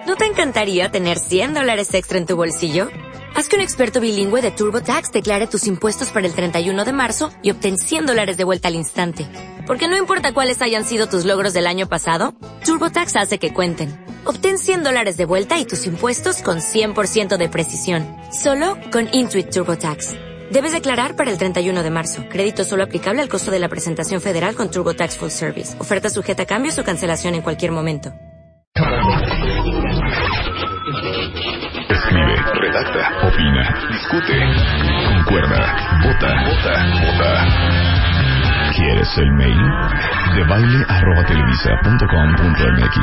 ¿No te encantaría tener $100 extra en tu bolsillo? Haz que un experto bilingüe de TurboTax declare tus impuestos para el 31 de marzo y obtén $100 de vuelta al instante. Porque no importa cuáles hayan sido tus logros del año pasado, TurboTax hace que cuenten. Obtén $100 de vuelta y tus impuestos con 100% de precisión. Solo con Intuit TurboTax. Debes declarar para el 31 de marzo. Crédito solo aplicable al costo de la presentación federal con TurboTax Full Service. Oferta sujeta a cambios o cancelación en cualquier momento. Escribe, redacta, opina, discute, concuerda, vota. ¿Quieres el mail? debaile@televisa.com.mx.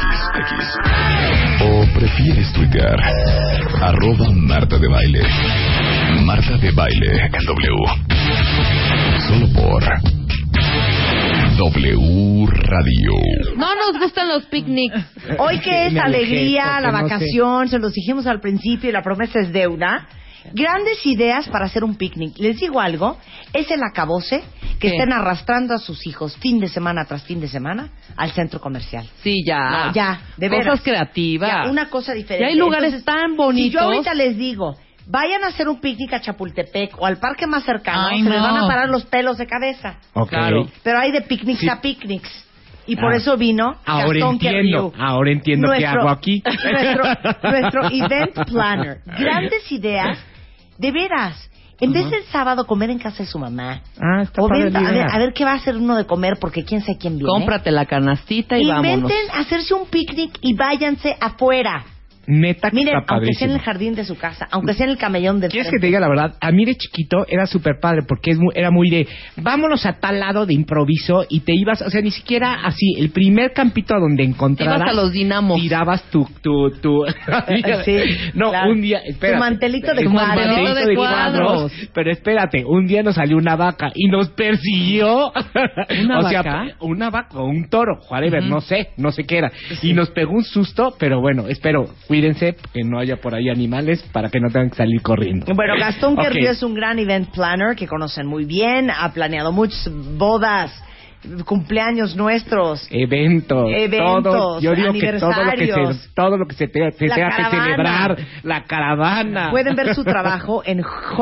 ¿O prefieres tuitear? @MartaDeBaile. Marta de Baile en W. Solo por W Radio. No nos gustan los picnics. Hoy que es alegría, la vacación, se los dijimos al principio y la promesa es deuda. Grandes ideas para hacer un picnic. Les digo algo, es el acabose que estén arrastrando a sus hijos fin de semana tras fin de semana al centro comercial. Sí, ya. No, ya, de veras. Cosas creativas. Ya, una cosa diferente. Ya hay lugares tan bonitos. Si yo ahorita les digo, vayan a hacer un picnic a Chapultepec o al parque más cercano, Ay, se no. les van a parar los pelos de cabeza. Ok. Claro. Pero hay de picnics a picnics. Y por eso vino Ahora entiendo qué hago aquí. Nuestro event planner. Grandes ideas, de veras. En vez del sábado comer en casa de su mamá. Está O padre ven, la idea. a ver qué va a hacer uno de comer porque quién sabe quién viene. Cómprate la canastita y vámonos. Inventen hacerse un picnic y váyanse afuera. Neta que Miren, está aunque sea en padrísimo. el jardín de su casa, aunque sea en el camellón del ¿Quieres que te diga la verdad? A mí de chiquito era súper padre porque era muy de vámonos a tal lado de improviso y te ibas, o sea, ni siquiera así, el primer campito a donde encontraras. Ibas a los dinamos. Tirabas tu Sí, no, claro. un día, espérate. Tu mantelito de Tu cuadros. mantelito de cuadros. Pero espérate, un día nos salió una vaca y nos persiguió. ¿Una o sea, vaca? una vaca o un toro, whatever, no sé qué era. Y nos pegó un susto, pero bueno, espero, cuídense que no haya por ahí animales para que no tengan que salir corriendo. Bueno, Gastón Ok. Querrío es un gran event planner que conocen muy bien, ha planeado muchas bodas, cumpleaños nuestros, Eventos, todo, yo digo que aniversarios, todo lo que se tenga que caravana. celebrar, la caravana. Pueden ver su trabajo en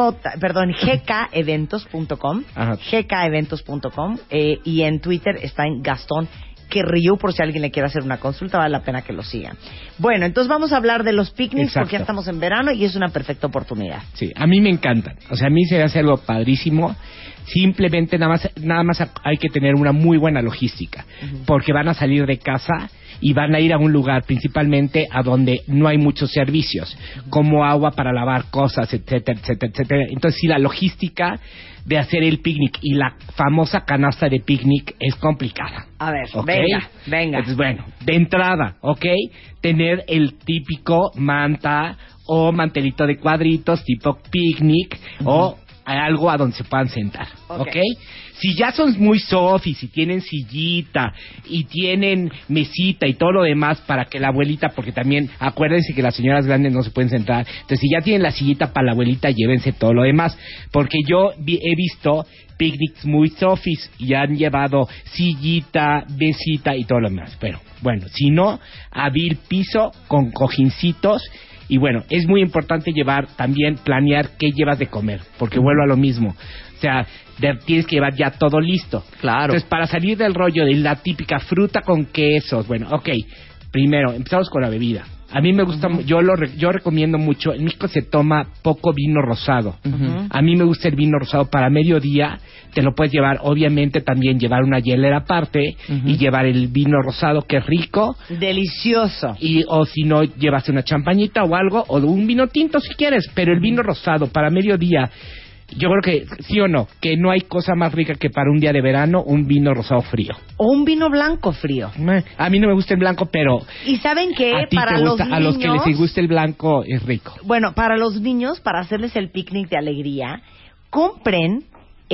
gkeventos.com, Ajá. gkeventos.com, y en Twitter está en Gastón Querrío, por si alguien le quiere hacer una consulta, vale la pena que lo sigan. Bueno, entonces vamos a hablar de los picnics. Exacto. Porque ya estamos en verano y es una perfecta oportunidad. Sí, a mí me encantan. O sea, a mí se me hace algo padrísimo. Simplemente nada más hay que tener una muy buena logística, porque van a salir de casa y van a ir a un lugar principalmente a donde no hay muchos servicios, como agua para lavar cosas, etcétera, etcétera, etcétera. Entonces, sí, la logística de hacer el picnic y la famosa canasta de picnic es complicada. A ver, ¿Ok? venga. Entonces, bueno, de entrada, ¿ok? Tener el típico manta o mantelito de cuadritos tipo picnic o algo a donde se puedan sentar, ¿ok? Si ya son muy sofis y tienen sillita y tienen mesita y todo lo demás para que la abuelita, porque también acuérdense que las señoras grandes no se pueden sentar, entonces si ya tienen la sillita para la abuelita, llévense todo lo demás, porque yo he visto picnics muy sofis y han llevado sillita, mesita y todo lo demás, pero bueno, si no, abrir piso con cojincitos. Y bueno, es muy importante planear qué llevas de comer, porque vuelvo a lo mismo. O sea, tienes que llevar ya todo listo. Claro. Entonces, para salir del rollo de la típica fruta con quesos, bueno, ok, primero, empezamos con la bebida. A mí me gusta, yo recomiendo mucho, en México se toma poco vino rosado. A mí me gusta el vino rosado para mediodía, te lo puedes llevar, obviamente también llevar una hielera aparte y llevar el vino rosado que es rico. Delicioso. O si no, llevas una champañita o algo, o un vino tinto si quieres, pero el vino rosado para mediodía, yo creo que, sí o no, que no hay cosa más rica que para un día de verano un vino rosado frío. O un vino blanco frío. A mí no me gusta el blanco, pero ¿Y saben qué? a ti Para te los gusta, niños, a los que les gusta el blanco es rico. Bueno, para los niños, para hacerles el picnic de alegría, compren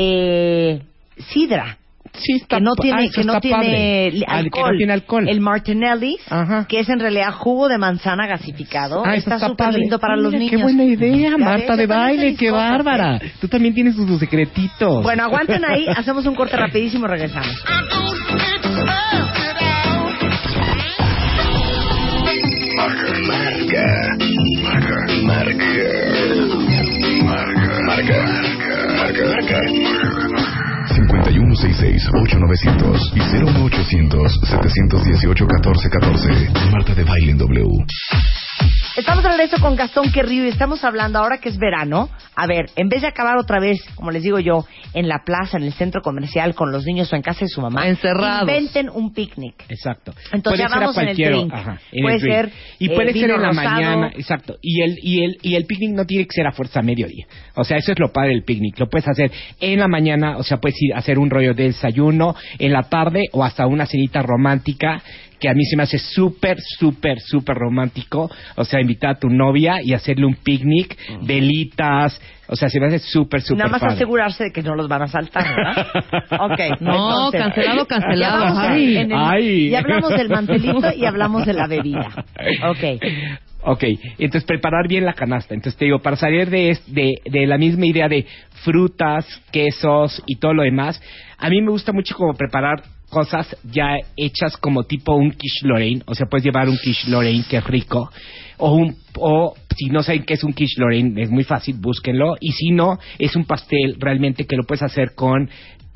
sidra. Sí, está, que no tiene eso está padre. alcohol. Que no tiene alcohol. El Martinelli's, Ajá. que es en realidad jugo de manzana gasificado, eso está súper padre. lindo para los Mira, niños. Qué buena idea, Ya Marta ves, de ya también Baile, seis qué cosas, bárbara. ¿eh? Tú también tienes tus secretitos. Bueno, aguanten ahí, hacemos un corte rapidísimo y regresamos. Marca 866-8900 y 01800-718-1414. Marta de Baile en W. Estamos de regreso con Gastón Querrío y estamos hablando ahora que es verano. A ver, en vez de acabar otra vez, como les digo yo, en la plaza, en el centro comercial, con los niños o en casa de su mamá, encerrados, inventen un picnic. Exacto. Entonces ya vamos en el drink. Puede ser y puede ser en la rosado. mañana, exacto. Y el picnic no tiene que ser a fuerza a mediodía. O sea, eso es lo padre del picnic. Lo puedes hacer en la mañana, o sea, puedes ir a hacer un rollo de desayuno en la tarde o hasta una cenita romántica, que a mí se me hace súper romántico. O sea, invitar a tu novia y hacerle un picnic, velitas. O sea, se me hace súper Nada más padre. Asegurarse de que no los van a saltar, ¿verdad? Ok. No, entonces, cancelado. Ya hablamos del mantelito y hablamos de la bebida. Ok, entonces preparar bien la canasta. Entonces te digo, para salir de la misma idea de frutas, quesos y todo lo demás, a mí me gusta mucho como preparar cosas ya hechas como tipo un quiche Lorraine. O sea, puedes llevar un quiche Lorraine que es rico, o si no saben qué es un quiche Lorraine, es muy fácil, búsquenlo. Y si no, es un pastel realmente que lo puedes hacer con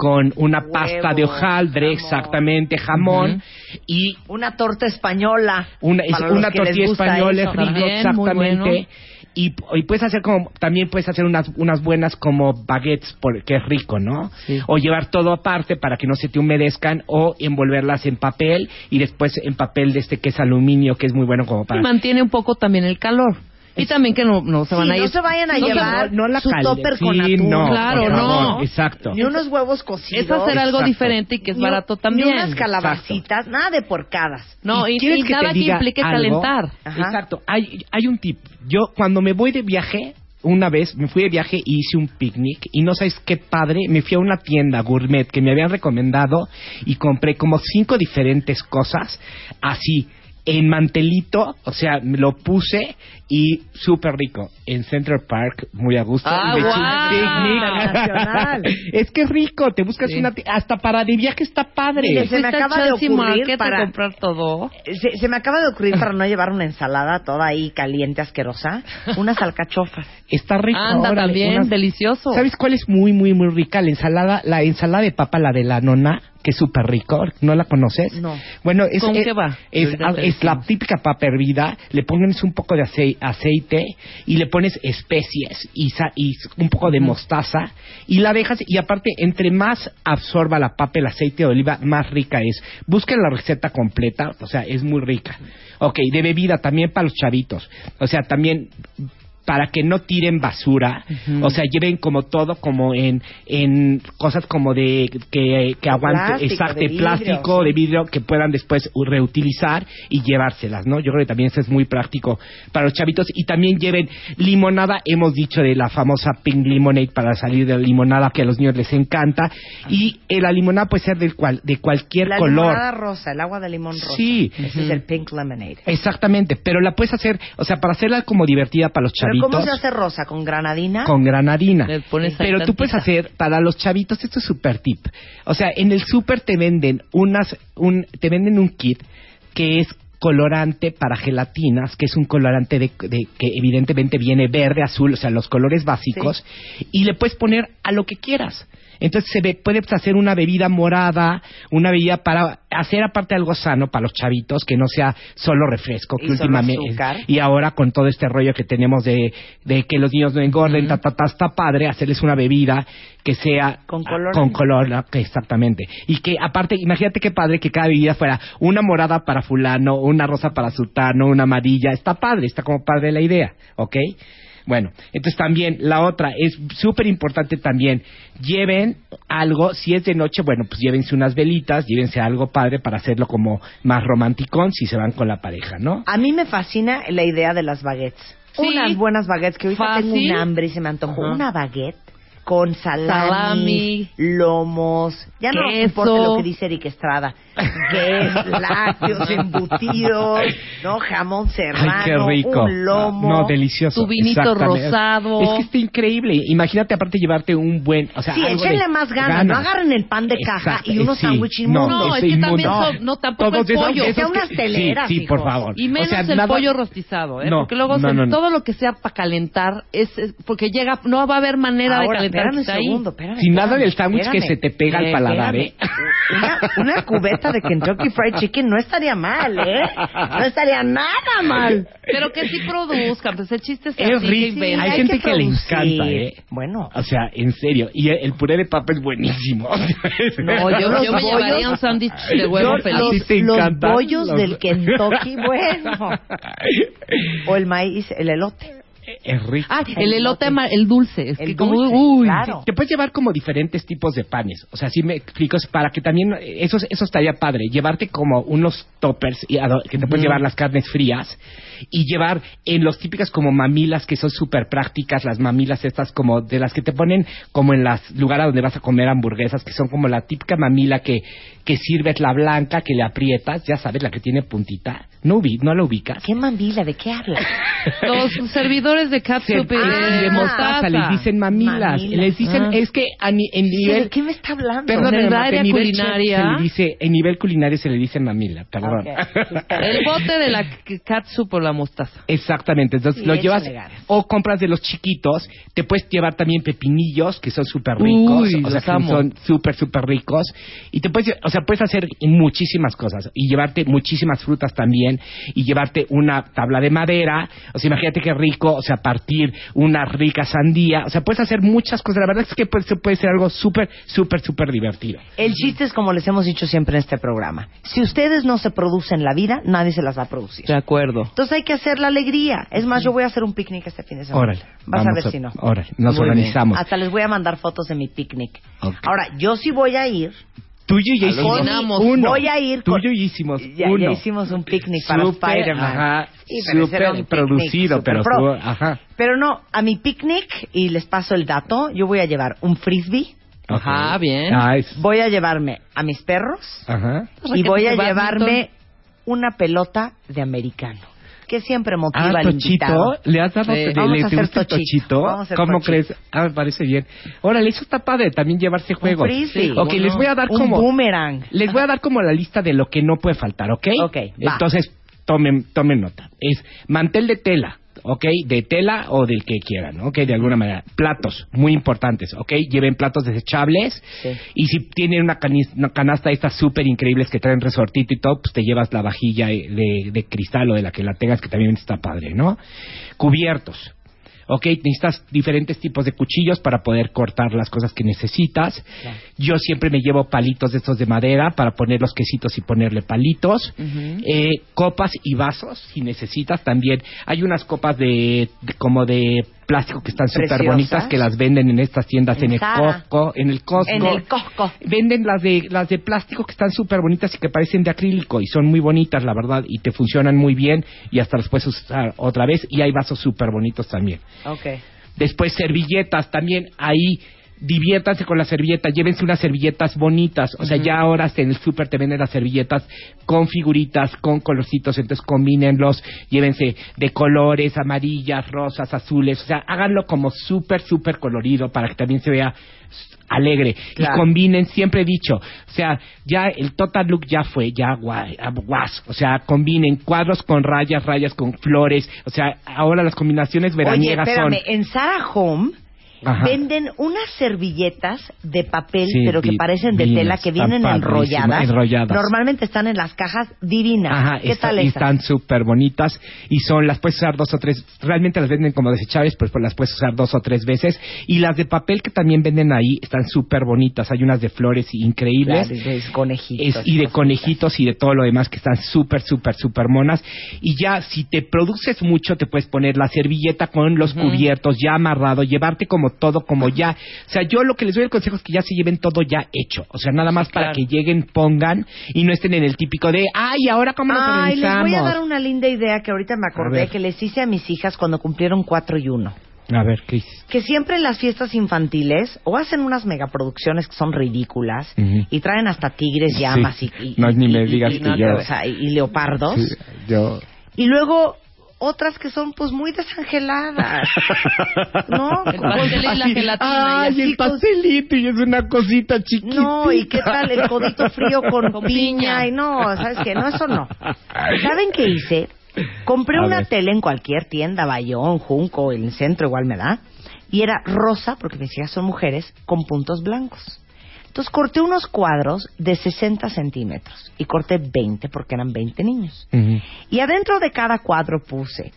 una pasta de hojaldre, jamón. Exactamente, jamón, y una torta española. Una tortilla española, es rico, también, exactamente. muy bueno. Y puedes hacer también puedes hacer unas buenas como baguettes, que es rico, ¿no? Sí. O llevar todo aparte para que no se te humedezcan, o envolverlas en papel y después en papel que es aluminio, que es muy bueno como para... Y mantiene un poco también el calor. Y también que no se van a ir. No se vayan a llevar su topper con sí, atún. no, claro, no. Exacto. Ni unos huevos cocidos. Es hacer algo Exacto. diferente y que es barato también. Ni unas calabacitas, nada de porcadas. No, y ¿quieres que nada te que diga implique algo? calentar. Ajá. Exacto. Hay un tip. Yo cuando me voy de viaje, una vez me fui de viaje y hice un picnic y no sabes qué padre, me fui a una tienda gourmet que me habían recomendado y compré como 5 diferentes cosas así en mantelito, o sea, me lo puse y súper rico. En Central Park, muy a gusto. Ah, y me eché guau. un picnic. Internacional. Es que es rico, te buscas Sí. hasta para de viaje está padre. Mire, se me Fuiste acaba al de Chelsea ocurrir Market para- a comprar todo. Se me acaba de ocurrir para no llevar una ensalada toda ahí caliente, asquerosa, unas alcachofas. Está rico. Anda, órale, también, delicioso. ¿Sabes cuál es muy rica? La ensalada de papa, la de la nona, que es súper rico. ¿No la conoces? No. Bueno, ¿Con qué va? Es la típica papa hervida. Le pones un poco de aceite y le pones especies y un poco de mostaza y la dejas. Y aparte, entre más absorba la papa el aceite de oliva, más rica es. Busquen la receta completa, o sea, es muy rica. Ok, de bebida también para los chavitos. O sea, también para que no tiren basura, o sea, lleven como todo como en cosas como de que aguante, Plástico, exacto, de de plástico, vidrio, de vidrio, que puedan después reutilizar y llevárselas, ¿no? Yo creo que también eso es muy práctico para los chavitos. Y también lleven limonada, hemos dicho de la famosa Pink Lemonade para salir de la limonada, que a los niños les encanta. Y la limonada puede ser de cualquier La color. limonada rosa, el agua de limón rosa. Sí. Ese es el pink lemonade. Exactamente, pero la puedes hacer, o sea, para hacerla como divertida para los chavitos. ¿Pero cómo se hace rosa? ¿Con granadina? Con granadina. Le pones ahí Pero tú tantita. puedes hacer, para los chavitos, esto es súper tip. O sea, en el súper te venden un kit que es colorante para gelatinas, que es un colorante que evidentemente viene verde, azul, o sea, los colores básicos, y le puedes poner a lo que quieras. Entonces puedes hacer una bebida morada, una bebida para hacer aparte algo sano para los chavitos, que no sea solo refresco, que Y solo últimamente azúcar. y ahora con todo este rollo que tenemos de que los niños no engorden, está padre hacerles una bebida que sea Con color. con color, ¿no? Exactamente. Y que aparte, imagínate qué padre que cada bebida fuera una morada para fulano, una rosa para sultano, una amarilla. Está padre, está como padre la idea, ¿ok? Bueno, entonces también la otra es súper importante también. Lleven algo, si es de noche, bueno, pues llévense unas velitas, llévense algo padre para hacerlo como más romanticón si se van con la pareja, ¿no? A mí me fascina la idea de las baguettes. Sí. Unas buenas baguettes, que ahorita Fácil. tengo un hambre y se me antojó. Ajá. Una baguette con salami, lomos, ya no nos queso. importa lo que dice Eric Estrada, queso, lácteos, embutidos, no, jamón serrano, Ay, qué rico. un lomo. No, delicioso. Tu vinito Exactamente. rosado. Es que está increíble. Imagínate aparte llevarte un buen, o sea, Sí, algo échenle de más ganas, no agarren el pan de caja Exacto, y unos sí. sándwiches No, inmundos. No, es eso que también inmundo. no, tampoco Todos el esos- pollo. esos Sea unas que- teleras, sí, por hijos. favor. Y menos O sea, el nada- pollo rostizado, ¿eh? No, Porque luego no. todo lo que sea para calentar porque no va a haber manera Ahora, de Kentucky está ahí. Sin nada del sándwich que se te pega al paladar, Una cubeta de Kentucky Fried Chicken no estaría mal, No estaría nada mal. Pero que sí produzcan, pues el chiste es Es rico. Hay gente que le encanta, Bueno. O sea, en serio. Y el puré de papa es buenísimo. No, yo me llevaría un sándwich de huevo feliz. Los bollos del Kentucky, bueno. O el maíz, el elote. Es rico. El elote, el dulce. Es el que dulce, como, claro. Te puedes llevar como diferentes tipos de panes. O sea, si me explico, para que también, eso estaría padre. Llevarte como unos toppers que te puedes llevar las carnes frías y llevar en los típicas como mamilas que son súper prácticas, las mamilas estas como de las que te ponen como en las lugares donde vas a comer hamburguesas, que son como la típica mamila que sirves la blanca, que le aprietas, ya sabes, la que tiene puntita. ¿No la ubicas? ¿Qué mamila? ¿De qué hablas? Los servidores de catsup y de mostaza les dicen mamilas. Les dicen, es que en nivel... ¿De qué me está hablando? Perdón, en el área culinaria en nivel culinario se le dice mamila, perdón. Okay. El bote de la catsup o la mostaza. Exactamente, entonces lo llevas o compras de los chiquitos, te puedes llevar también pepinillos que son súper ricos, o sea, que son súper ricos y te puedes, o sea, puedes hacer muchísimas cosas y llevarte muchísimas frutas también y llevarte una tabla de madera, o sea, imagínate qué rico, o sea, partir una rica sandía, o sea, puedes hacer muchas cosas, la verdad es que puede ser algo súper divertido. El chiste es como les hemos dicho siempre en este programa, si ustedes no se producen la vida, nadie se las va a producir. De acuerdo. Entonces hay que hacer la alegría. Es más, yo voy a hacer un picnic este fin de semana. Órale. Vas a ver si no. Órale, nos Muy organizamos. Bien. Hasta les voy a mandar fotos de mi picnic. Okay. Ahora, yo sí voy a ir. Tú y yo hicimos uno. Voy a ir. Tú y yo hicimos ya hicimos un picnic para Spider-Man. Ajá. Pero súper producido, pero ajá. Pero no, a mi picnic, y les paso el dato, yo voy a llevar un frisbee. Ajá, bien. Voy a llevarme a mis perros. Ajá. Y voy a llevarme una pelota de americano, que siempre motiva al invitado. ¿Le has dado Vamos a hacer tochito? ¿Cómo crees? Me parece bien. Órale, eso está padre, también llevarse juegos. Ok, les voy a dar como... un boomerang. Les voy a dar como la lista de lo que no puede faltar, ¿ok? Ok, va. Entonces, tomen nota. Es mantel de tela, ¿ok? De tela o del que quieran, ¿ok? De alguna manera. Platos, muy importantes, ¿ok? Lleven platos desechables. Sí. Y si tienen una canasta de estas súper increíbles que traen resortito y todo, pues te llevas la vajilla de cristal o de la que la tengas, que también está padre, ¿no? Cubiertos. Ok, necesitas diferentes tipos de cuchillos para poder cortar las cosas que necesitas. Claro. Yo siempre me llevo palitos de estos de madera para poner los quesitos y ponerle palitos. Copas y vasos, si necesitas también. Hay unas copas como de plástico que están súper bonitas, que las venden en estas tiendas en el Costco. En el Costco. Venden las de plástico que están súper bonitas y que parecen de acrílico y son muy bonitas, la verdad, y te funcionan muy bien y hasta las puedes usar otra vez, y hay vasos súper bonitos también. Okay. Después servilletas también, ahí diviértanse con las servilletas, llévense unas servilletas bonitas, o sea, ya ahora en el súper te venden las servilletas con figuritas, con colorcitos, entonces combínenlos, llévense de colores, amarillas, rosas, azules, o sea, háganlo como súper colorido para que también se vea alegre. Claro. Y combinen, siempre he dicho, o sea, ya el total look ya fue, ya guas, o sea, combinen cuadros con rayas con flores, o sea, ahora las combinaciones veraniegas. Oye, espérame, en Zara Home venden unas servilletas de papel, pero que parecen de tela, que vienen enrolladas. Normalmente están en las cajas divinas. Ajá, ¿Qué tal esas? Están súper bonitas y las puedes usar 2 o 3, realmente las venden como desechables, pues las puedes usar 2 o 3 veces. Y las de papel que también venden ahí están súper bonitas. Hay unas de flores increíbles. Claro, de conejitos. Y de conejitos y de todo lo demás que están súper monas. Y ya, si te produces mucho, te puedes poner la servilleta con los cubiertos ya amarrado, llevarte como todo como ya, o sea, yo lo que les doy el consejo es que ya se lleven todo ya hecho, o sea, nada más para que lleguen, pongan y no estén en el típico de, ahora cómo nos organizamos. Les voy a dar una linda idea que ahorita me acordé que les hice a mis hijas cuando cumplieron 4 y 1. A ver, ¿qué hiciste? Que siempre en las fiestas infantiles o hacen unas megaproducciones que son ridículas y traen hasta tigres, llamas ni me digas que yo. O sea, y leopardos. Sí, yo. Y luego otras que son pues muy desangeladas, ¿no? El pastel y la gelatina. Y el pastelito y es una cosita chiquita. No, ¿y qué tal el codito frío con piña? Y no, ¿sabes qué? No, eso no. ¿Saben qué hice? Compré una tele en cualquier tienda, Bayón, Junco, en el centro, igual me da. y era rosa, porque mis hijas son mujeres, con puntos blancos. Entonces corté unos cuadros de 60 centímetros y corté 20 porque eran 20 niños. Y adentro de cada cuadro puse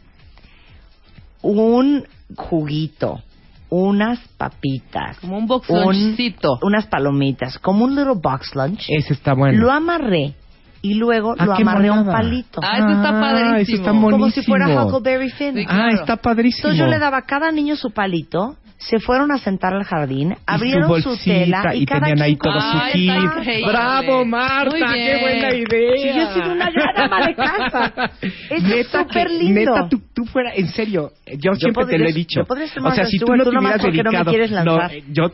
un juguito, unas papitas, como un box lunchcito, unas palomitas, como un little box lunch. Ese está bueno. Lo amarré y luego lo amarré a un palito. Eso está padrísimo. Eso está buenísimo. Como si fuera Huckleberry Finn. Sí, claro. Está padrísimo. Entonces yo le daba a cada niño su palito, se fueron a sentar al jardín, abrieron su tela y cada tenían ahí quien todo su kit. ¡Bravo, Marta! ¡Qué buena idea! Sí, yo he sido una gran ama de casa. Es súper lindo. Neta, tú fuera, en serio, yo siempre te lo he dicho. O sea, si tú no te hubieras dedicado, no me quieres lanzar.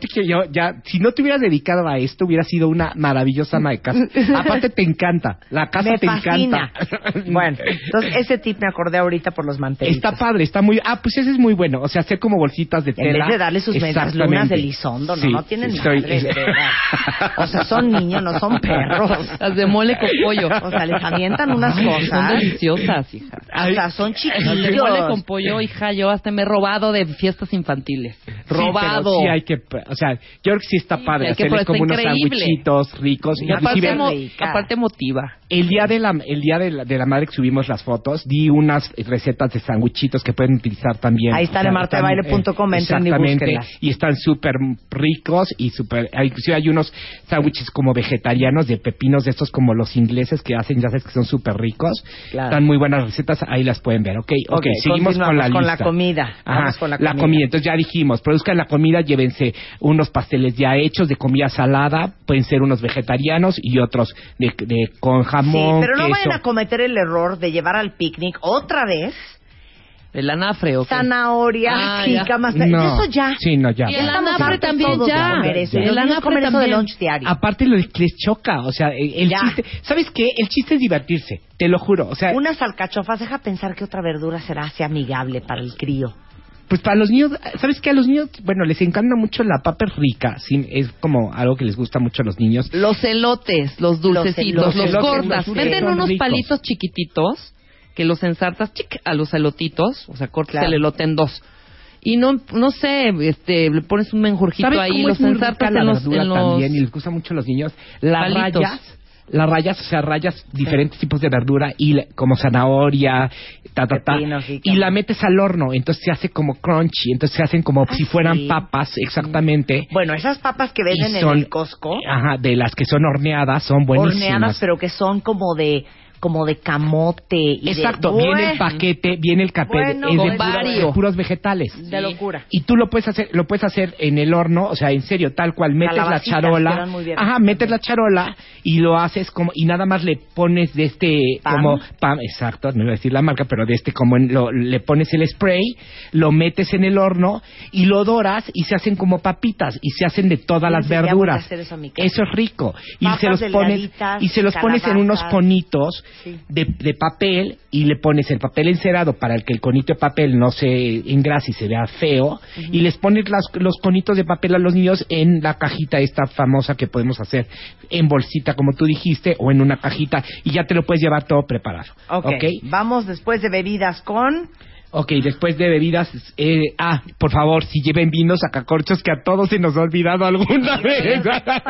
Si no te hubieras dedicado a esto, hubieras sido una maravillosa ama de casa. Aparte te encanta, la casa te encanta. Bueno, entonces ese tip me acordé ahorita por los mantelitos. Está padre, está muy, pues ese es muy bueno, o sea, hacer como bolsitas de tela. En vez de darle sus medias lunas de Lizondo, no tienen madre, de verdad. O sea, son niños, no son perros. Las de mole con pollo. O sea, les avientan unas cosas. Son deliciosas, hija. O sea, son chiquitos. Las de mole con pollo, hija, yo hasta me he robado de fiestas infantiles. Robado. Sí, hay que, o sea, yo creo que sí está padre hacerle como unos sandwichitos ricos. Y aparte motiva. El día de la madre que subimos las fotos, di unas recetas de sandwichitos que pueden utilizar también. Ahí está en martadebaile.com, entren y búsquenlas. Y están súper ricos y súper, inclusive hay unos sándwiches como vegetarianos de pepinos de estos como los ingleses que hacen, ya sabes que son súper ricos. Claro. Están muy buenas recetas, ahí las pueden ver. Ok, seguimos con la lista. Con la comida. Vamos con la comida. Entonces ya dijimos, produzcan la comida, llévense unos pasteles ya hechos de comida salada, pueden ser unos vegetarianos y otros de con jamón, pero no queso. vayan a cometer el error de llevar al picnic otra vez el anafre, ¿o qué? Zanahoria, jícamas, eso ya. Sí, no, ya. Y el anafre también ya. El anafre también. Eso de lunch diario. Aparte lo que les choca, o sea, el chiste, ¿sabes qué? El chiste es divertirse, te lo juro, o sea, unas alcachofas, deja pensar que otra verdura será así amigable para el crío. Pues para los niños, ¿sabes qué? A los niños, bueno, les encanta mucho la papa rica, sí, es como algo que les gusta mucho a los niños. Los elotes, los dulcecitos, los cortas. Venden unos palitos chiquititos que los ensartas a los elotitos, o sea, cortas el elote en dos. Y no sé, le pones un menjurjito ahí, los ensartas en los también, y les gusta mucho a los niños las rayas, o sea, rayas diferentes tipos de verdura y como zanahoria, y la metes al horno, entonces se hace como crunchy, entonces se hacen como si fueran papas, exactamente. Bueno, esas papas que venden en el Costco, de las que son horneadas, son buenísimas. Horneadas, pero que son como de camote. Y exacto, viene el paquete, viene el café, es de puros vegetales. De locura. Y tú lo puedes hacer en el horno, o sea, en serio, tal cual, metes la charola, metes la charola y lo haces como, y nada más le pones de como pan, exacto, no iba a decir la marca, pero de como le pones el spray, lo metes en el horno y lo doras y se hacen como papitas y se hacen de todas las verduras. Eso es rico. Y se los pones en unos conitos de papel y le pones el papel encerado para que el conito de papel no se engrase y se vea feo, y les pones los conitos de papel a los niños en la cajita esta famosa que podemos hacer en bolsita como tú dijiste o en una cajita y ya te lo puedes llevar todo preparado. Okay. Vamos después de bebidas con... después de bebidas, por favor, si lleven vinos, sacacorchos, que a todos se nos ha olvidado alguna vez.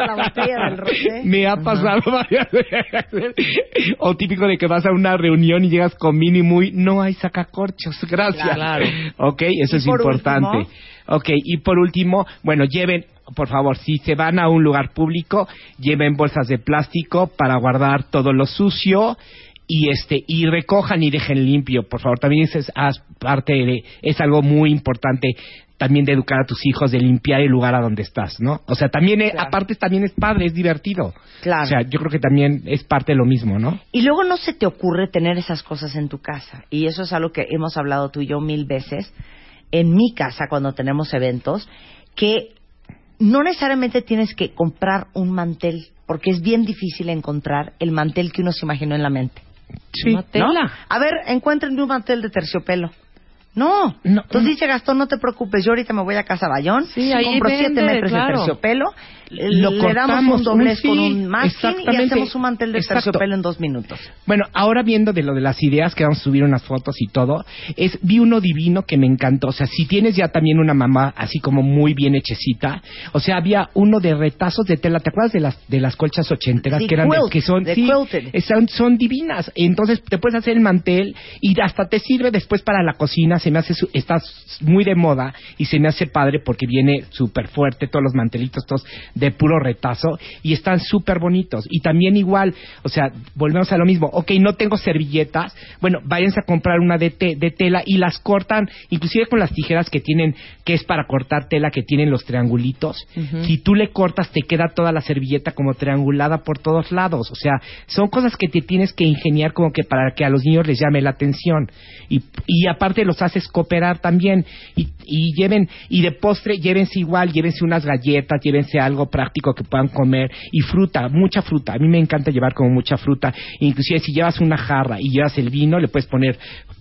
Me ha pasado varias veces. O típico de que vas a una reunión y llegas con vino y no hay sacacorchos, gracias. Claro. Eso es importante. Y por último, bueno, lleven, por favor, si se van a un lugar público, lleven bolsas de plástico para guardar todo lo sucio. Y recojan y dejen limpio, por favor. También es algo muy importante también de educar a tus hijos, de limpiar el lugar a donde estás, ¿no? O sea, también aparte también es padre, es divertido. Claro. O sea, yo creo que también es parte de lo mismo, ¿no? Y luego no se te ocurre tener esas cosas en tu casa. Y eso es algo que hemos hablado tú y yo 1000 veces en mi casa cuando tenemos eventos, que no necesariamente tienes que comprar un mantel, porque es bien difícil encontrar el mantel que uno se imaginó en la mente. Sí, ¿no? A ver, encuentren un mantel de terciopelo. No. Entonces dice Gastón, no te preocupes, yo ahorita me voy a Casa Bayón, compro 7 metros de terciopelo, le damos un doblez con un masking y hacemos un mantel de terciopelo en 2 minutos. Bueno, ahora viendo de lo de las ideas, que vamos a subir unas fotos y todo, vi uno divino que me encantó. O sea, si tienes ya también una mamá así como muy bien hechecita, o sea, había uno de retazos de tela. ¿Te acuerdas de las colchas ochenteras sí, que eran son divinas? Entonces te puedes hacer el mantel y hasta te sirve después para la cocina. Se me hace está muy de moda y se me hace padre porque viene súper fuerte, todos los mantelitos todos de puro retazo y están súper bonitos. Y también igual, o sea, volvemos a lo mismo. Ok, no tengo servilletas, bueno, váyanse a comprar una de tela y las cortan, inclusive con las tijeras que es para cortar tela, que tienen los triangulitos. Si tú le cortas, te queda toda la servilleta como triangulada por todos lados. O sea, son cosas que te tienes que ingeniar como que para que a los niños les llame la atención. Y aparte los haces cooperar también. Y de postre, llévense unas galletas, llévense algo práctico que puedan comer. Y fruta, mucha fruta. A mí me encanta llevar como mucha fruta. Inclusive si llevas una jarra y llevas el vino, le puedes poner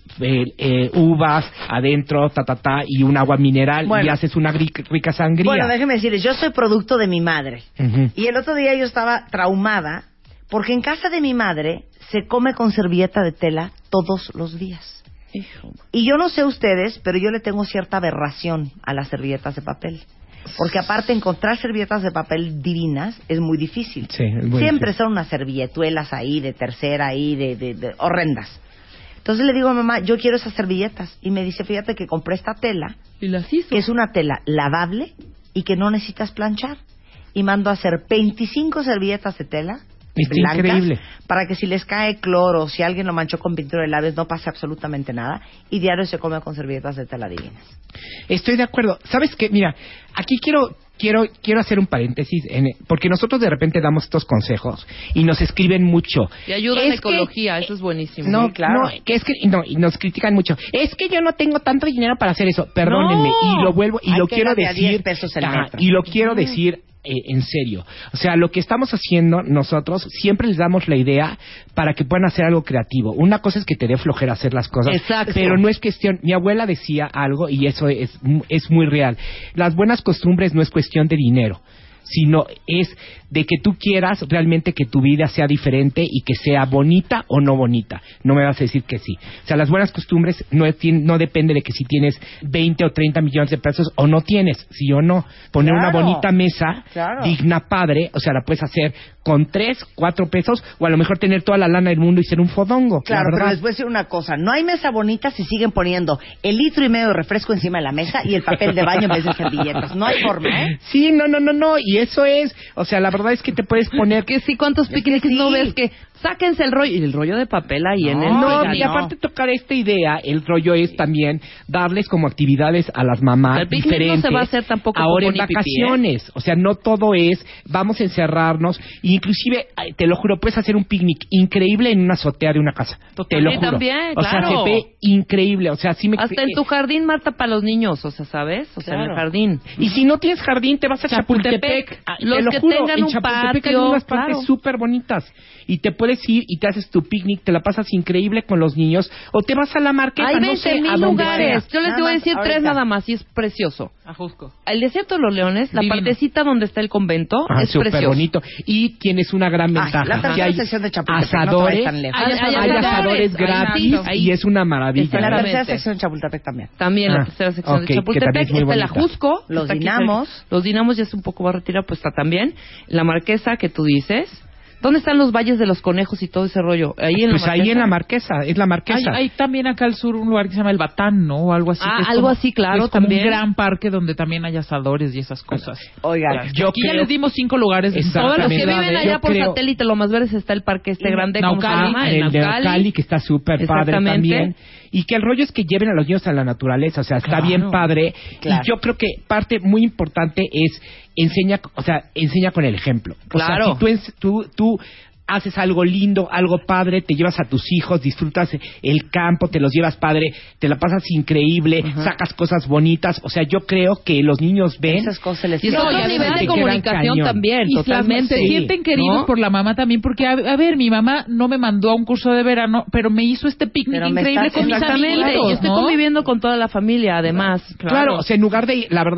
uvas adentro, y un agua mineral, y haces una rica sangría. Bueno, déjeme decirles, yo soy producto de mi madre. Y el otro día yo estaba traumada porque en casa de mi madre se come con servilleta de tela todos los días. Y yo no sé ustedes, pero yo le tengo cierta aberración a las servilletas de papel. Porque aparte encontrar servilletas de papel divinas es muy difícil. Sí, es muy Siempre difícil. son unas servilletuelas ahí de tercera ahí de horrendas. Entonces le digo a mamá, yo quiero esas servilletas. Y me dice, fíjate que compré esta tela, y las hizo. que es una tela lavable y que no necesitas planchar. Y mando a hacer 25 servilletas de tela blancas, increíble, para que si les cae cloro, si alguien lo manchó con pintura de labios, no pase absolutamente nada. Y diario se come con servilletas de tela divinas. Estoy de acuerdo. ¿Sabes qué? Mira, aquí quiero hacer un paréntesis, porque nosotros de repente damos estos consejos y nos escriben mucho. Y ayuda a la ecología, eso es buenísimo. No, sí, claro. Y nos critican mucho. Es que yo no tengo tanto dinero para hacer eso. Perdónenme. Y lo vuelvo, y lo quiero decir. 10 pesos el metro. Y lo quiero decir en serio. O sea, lo que estamos haciendo nosotros, siempre les damos la idea para que puedan hacer algo creativo. Una cosa es que te dé flojera hacer las cosas. Exacto. Pero no es cuestión. Mi abuela decía algo y eso es muy real. Las buenas costumbres no es cuestión de dinero, sino es de que tú quieras realmente que tu vida sea diferente y que sea bonita o no bonita. No me vas a decir que sí. O sea, las buenas costumbres no depende de que si tienes 20 o 30 millones de pesos o no tienes, sí o no. Poner una bonita mesa, digna, padre, o sea, la puedes hacer con 3, 4 pesos o a lo mejor tener toda la lana del mundo y ser un fodongo. Claro, pero les voy a decir una cosa. No hay mesa bonita si siguen poniendo el 1.5 litros de refresco encima de la mesa y el papel de baño en vez de servilletas. No hay forma, ¿eh? Sí, no. Y eso es, o sea, la verdad es que te puedes poner que sí, ¿cuántos picnics no ves que sáquense el rollo y el rollo de papel ahí en el y aparte tocar esta idea, el rollo es también darles como actividades a las mamás el picnic diferentes. No se va a hacer tampoco ahora en vacaciones, o sea, no todo es vamos a encerrarnos, inclusive te lo juro, puedes hacer un picnic increíble en una azotea de una casa. Te lo juro. También, o sea, se ve increíble, o sea, hasta en tu jardín, Marta, para los niños, o sea, ¿sabes? O sea, en el jardín. Y si no tienes jardín, te vas a Chapultepec. Los que tengan un patio, hay unas partes súper bonitas. Y te puedes ir y te haces tu picnic, te la pasas increíble con los niños, o te vas a la Marquesa, hay 20,000 lugares. Yo les voy a decir 3 nada más, y es precioso. Ajusco. El Desierto de los Leones, la partecita donde está el convento, es precioso. Bonito. Y tienes una gran ventaja. La tercera sección de Chapultepec, asadores, no hay asadores gratis y es una maravilla. En la tercera sección de Chapultepec también. También la tercera sección de Chapultepec, está el Ajusco. Los Dinamos. Los Dinamos ya es un poco más retirado, pues está también. La Marquesa que tú dices. ¿Dónde están los valles de los conejos y todo ese rollo? Ahí en pues la Marquesa. Ahí en la Marquesa, es la Marquesa. Hay también acá al sur un lugar que se llama El Batán, ¿no? O algo así. Ah, que es algo como, así, claro, es como también. un gran parque donde también hay asadores y esas cosas. Oigan, aquí ya les dimos 5 lugares. Todos los que viven allá por satélite, lo más verdes está el parque grande, ¿cómo se llama? El de Naucali, que está súper padre también. Y que el rollo es que lleven a los niños a la naturaleza, o sea, está bien padre. Claro. Y yo creo que parte muy importante es enseña con el ejemplo. Claro. O sea, si tú haces algo lindo, algo padre, te llevas a tus hijos, disfrutas el campo, te los llevas padre, te la pasas increíble, sacas cosas bonitas. O sea, yo creo que los niños ven esas cosas les y es otro nivel de comunicación también, y totalmente. se sienten queridos, ¿no?, por la mamá también, porque a ver, mi mamá no me mandó a un curso de verano, pero me hizo este picnic increíble con mis amigos. Yo estoy conviviendo con toda la familia, además. Claro, o sea, en lugar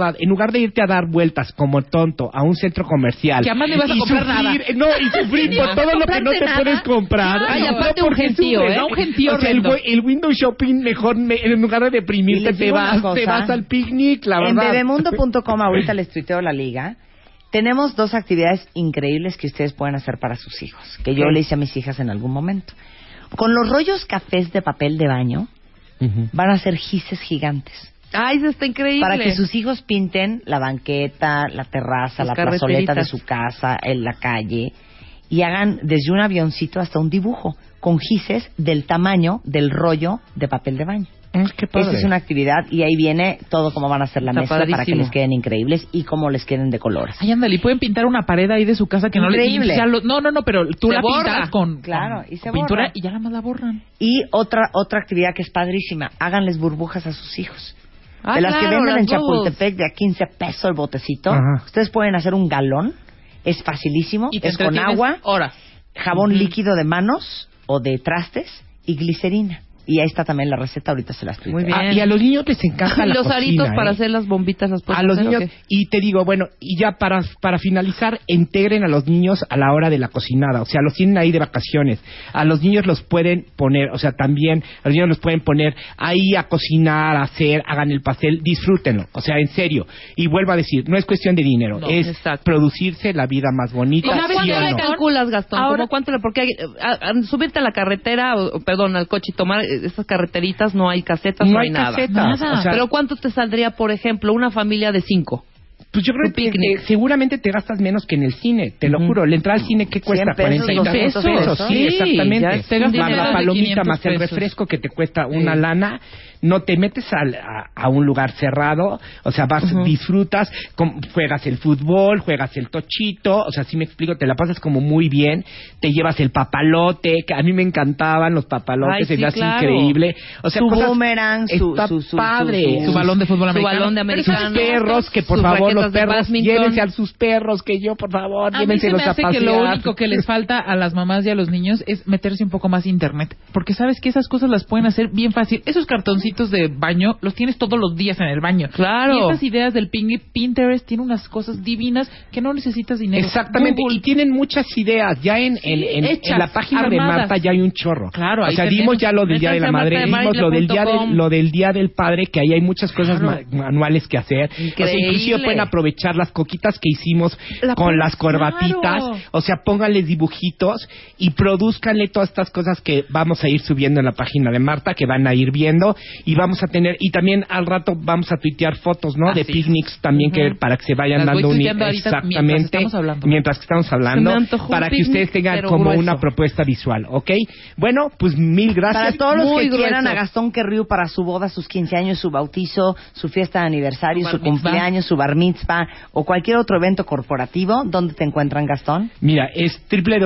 de irte a dar vueltas como tonto a un centro comercial, que además no ibas a comprar nada. No, y sufrir por todo lo que no te puedes comprar. Ay, aparte un gentío, un gentío. O sea, el window shopping, mejor en lugar de deprimirte te vas al picnic, la verdad. En bebemundo.com ahorita les tuiteo la liga. Tenemos 2 actividades increíbles que ustedes pueden hacer para sus hijos, que yo le hice a mis hijas en algún momento. Con los rollos cafés de papel de baño, van a hacer gises gigantes. Ay, eso está increíble. Para que sus hijos pinten la banqueta, la terraza, la plazoleta de su casa, en la calle, y hagan desde un avioncito hasta un dibujo, con gises del tamaño del rollo de papel de baño. Qué padre. Esa es una actividad y ahí viene todo cómo van a hacer la mezcla para que les queden increíbles y cómo les queden de colores. Ay, ándale, y pueden pintar una pared ahí de su casa que increíble. No, pero tú se la borra. pintas con y se pintura borra. y ya nada más la borran. Y otra actividad que es padrísima, háganles burbujas a sus hijos. De las que venden en Chapultepec de a 15 pesos el botecito, ustedes pueden hacer un galón, es facilísimo, y es con agua, jabón líquido de manos o de trastes y glicerina. Y ahí está también la receta, ahorita se las tuiteo. Muy bien. Y a los niños les encanta la los cocina, aritos para hacer las bombitas las a los niños. Y te digo, bueno, y ya para finalizar, integren a los niños a la hora de la cocinada. O sea, los tienen ahí de vacaciones. A los niños los pueden poner, o sea, también a los niños los pueden poner ahí a cocinar, a hacer, hagan el pastel, disfrútenlo. O sea, en serio. Y vuelvo a decir, no es cuestión de dinero, es producirse la vida más bonita. ¿Cuánto le calculas, Gastón? Ahora, porque subirte a la carretera, al coche y tomar esas carreteritas, no hay casetas, no hay nada. O sea, pero ¿cuánto te saldría, por ejemplo, una familia de 5? Pues yo creo que seguramente te gastas menos que en el cine, te lo juro. La entrada al cine, ¿qué cuesta? 40 pesos. Sí, exactamente. Te gastas Más la palomita, más el pesos. refresco que te cuesta una lana. No te metes a un lugar cerrado, o sea, vas, disfrutas, juegas el fútbol, juegas el tochito, o sea, si me explico, te la pasas como muy bien, te llevas el papalote, que a mí me encantaban los papalotes, se me hace increíble. O sea, su boomerang, su padre, su balón de fútbol americano. Su balón de americano. Sus perros, que por favor, los perros, llévense a sus perros, que yo, por favor, llévenselos a pasear. A mí se me hace que lo único que les falta a las mamás y a los niños es meterse un poco más a internet, porque sabes que esas cosas las pueden hacer bien fácil. Esos cartoncitos de baño los tienes todos los días en el baño. Claro. Y estas ideas del Pinterest tienen unas cosas divinas que no necesitas dinero. Exactamente. Google. Y tienen muchas ideas. Ya en la página armadas. De Marta ya hay un chorro. Claro. O sea, dimos ya lo del Día de la Madre, dimos lo del Día del Padre, que ahí hay muchas cosas manuales que hacer. Increíble. O sea, inclusive pueden aprovechar las coquitas que hicimos con las corbatitas. Claro. O sea, pónganle dibujitos y produzcanle todas estas cosas que vamos a ir subiendo en la página de Marta, que van a ir viendo, y vamos a tener, y también al rato vamos a tuitear fotos, ¿no? De picnics también, que para que se vayan las dando exactamente mientras que estamos hablando, para que ustedes tengan como grueso. una propuesta visual, ¿ok? Bueno, pues mil gracias. Para todos los que grueso. quieran a Gastón Querriu para su boda, sus 15 años, su bautizo, su fiesta de aniversario, su cumpleaños, su bar mitzvah o cualquier otro evento corporativo, ¿dónde te encuentran, Gastón? Mira, es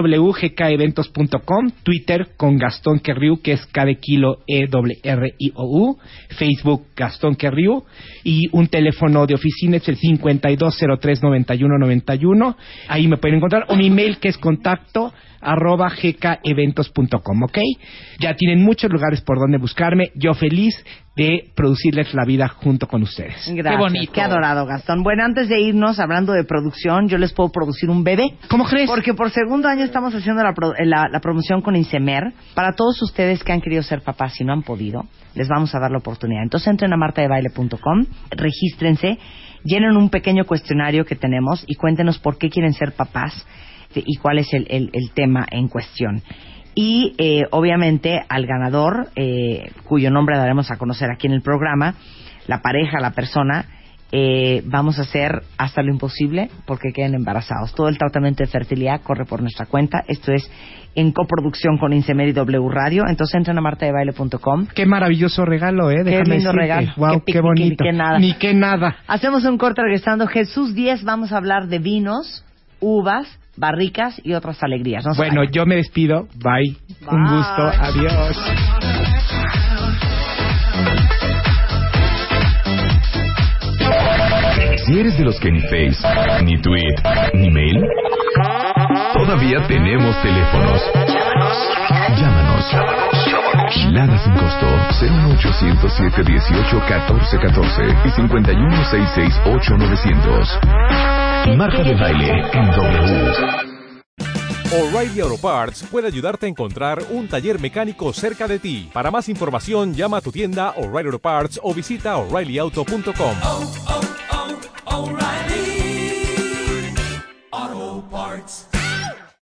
www.gkeventos.com, Twitter con Gastón Querriu, que es K de kilo ERRIOU, Facebook Gastón Querriu, y un teléfono de oficina es el 5203-9191. Ahí me pueden encontrar, o mi email que es contacto@gkeventos.com, ¿ok? Ya tienen muchos lugares por donde buscarme. Yo feliz de producirles la vida junto con ustedes. Gracias. Qué bonito. Qué adorado, Gastón. Bueno, antes de irnos, hablando de producción, yo les puedo producir un bebé. ¿Cómo crees? Porque por segundo año estamos haciendo la promoción con Insemer. Para todos ustedes que han querido ser papás y no han podido, les vamos a dar la oportunidad. Entonces entren a martadebaile.com, regístrense, llenen un pequeño cuestionario que tenemos y cuéntenos por qué quieren ser papás y cuál es el tema en cuestión. Y obviamente al ganador, cuyo nombre daremos a conocer aquí en el programa, la pareja, la persona, vamos a hacer hasta lo imposible porque queden embarazados. Todo el tratamiento de fertilidad corre por nuestra cuenta. Esto es en coproducción con Insemer y W Radio. Entonces entren a martadebaile.com. Qué maravilloso regalo, Qué déjame lindo decirte. regalo. Wow, qué bonito. Ni que nada. Hacemos un corte regresando. Jesús 10, vamos a hablar de vinos, uvas, barricas y otras alegrías. No bueno, yo me despido. Bye. Un gusto. Adiós. Si eres de los que ni Face, ni Tweet, ni Mail, todavía tenemos teléfonos. Llámanos. Lada sin costo 01807 18 14 14 y 51 668 900. Marta de Baile en W. O'Reilly Auto Parts puede ayudarte a encontrar un taller mecánico cerca de ti. Para más información, llama a tu tienda O'Reilly Auto Parts o visita O'ReillyAuto.com. O'Reilly Auto Parts.